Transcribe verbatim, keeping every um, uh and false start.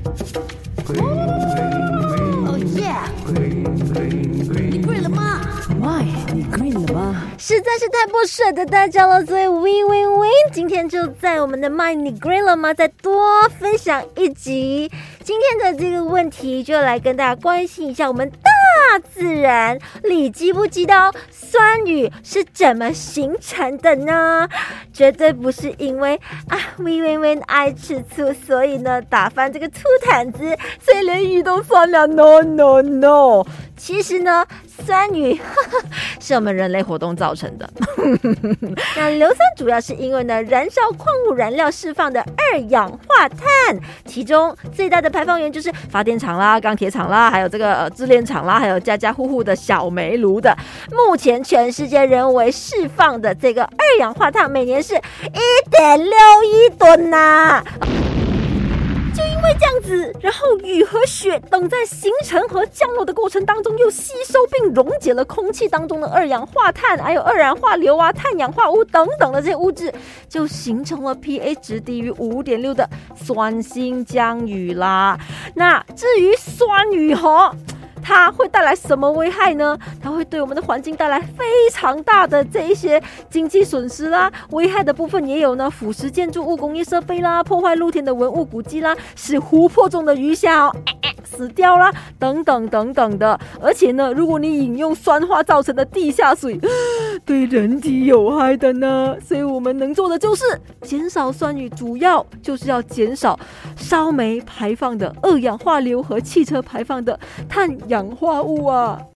Oh yeah！ 你 green 了吗？ My， 你 green 了吗？ 实在是太不舍得大家了，所以 win win win， 今天就在我们的 My 你 green 了吗？再多分享一集。今天的这个问题就来跟大家关心一下我们大自然里记不记得酸雨是怎么形成的呢？绝对不是因为啊 win win win 爱吃醋，所以呢打翻这个醋坛子，所以连雨都酸了。 No no no， 其实呢酸雨是我们人类活动造成的。那硫酸主要是因为呢燃烧矿物燃料释放的二氧化碳，其中最大的排放源就是发电厂啦、钢铁厂啦，还有这个、呃、冶炼厂啦，还有家家户户的小煤炉的。目前全世界人为释放的这个二氧化碳每年是 一点六亿吨呐、啊。就因为这样子，然后雨和雪等在形成和降落的过程当中，又吸收并溶解了空气当中的二氧化碳，还有二氧化硫啊、碳氧化物等等的这些物质，就形成了 pH 值低于 五点六 的酸性降雨啦。那至于酸雨齁，它会带来什么危害呢？它会对我们的环境带来非常大的这一些经济损失啦，危害的部分也有呢，腐蚀建筑物、工业设备啦，破坏露天的文物古迹啦，使湖泊中的鱼虾哦、呃呃、死掉啦，等等等等的。而且呢，如果你饮用酸化造成的地下水，对人体有害的呢。所以我们能做的就是减少酸雨，主要就是要减少烧煤排放的二氧化硫和汽车排放的碳氧化物啊。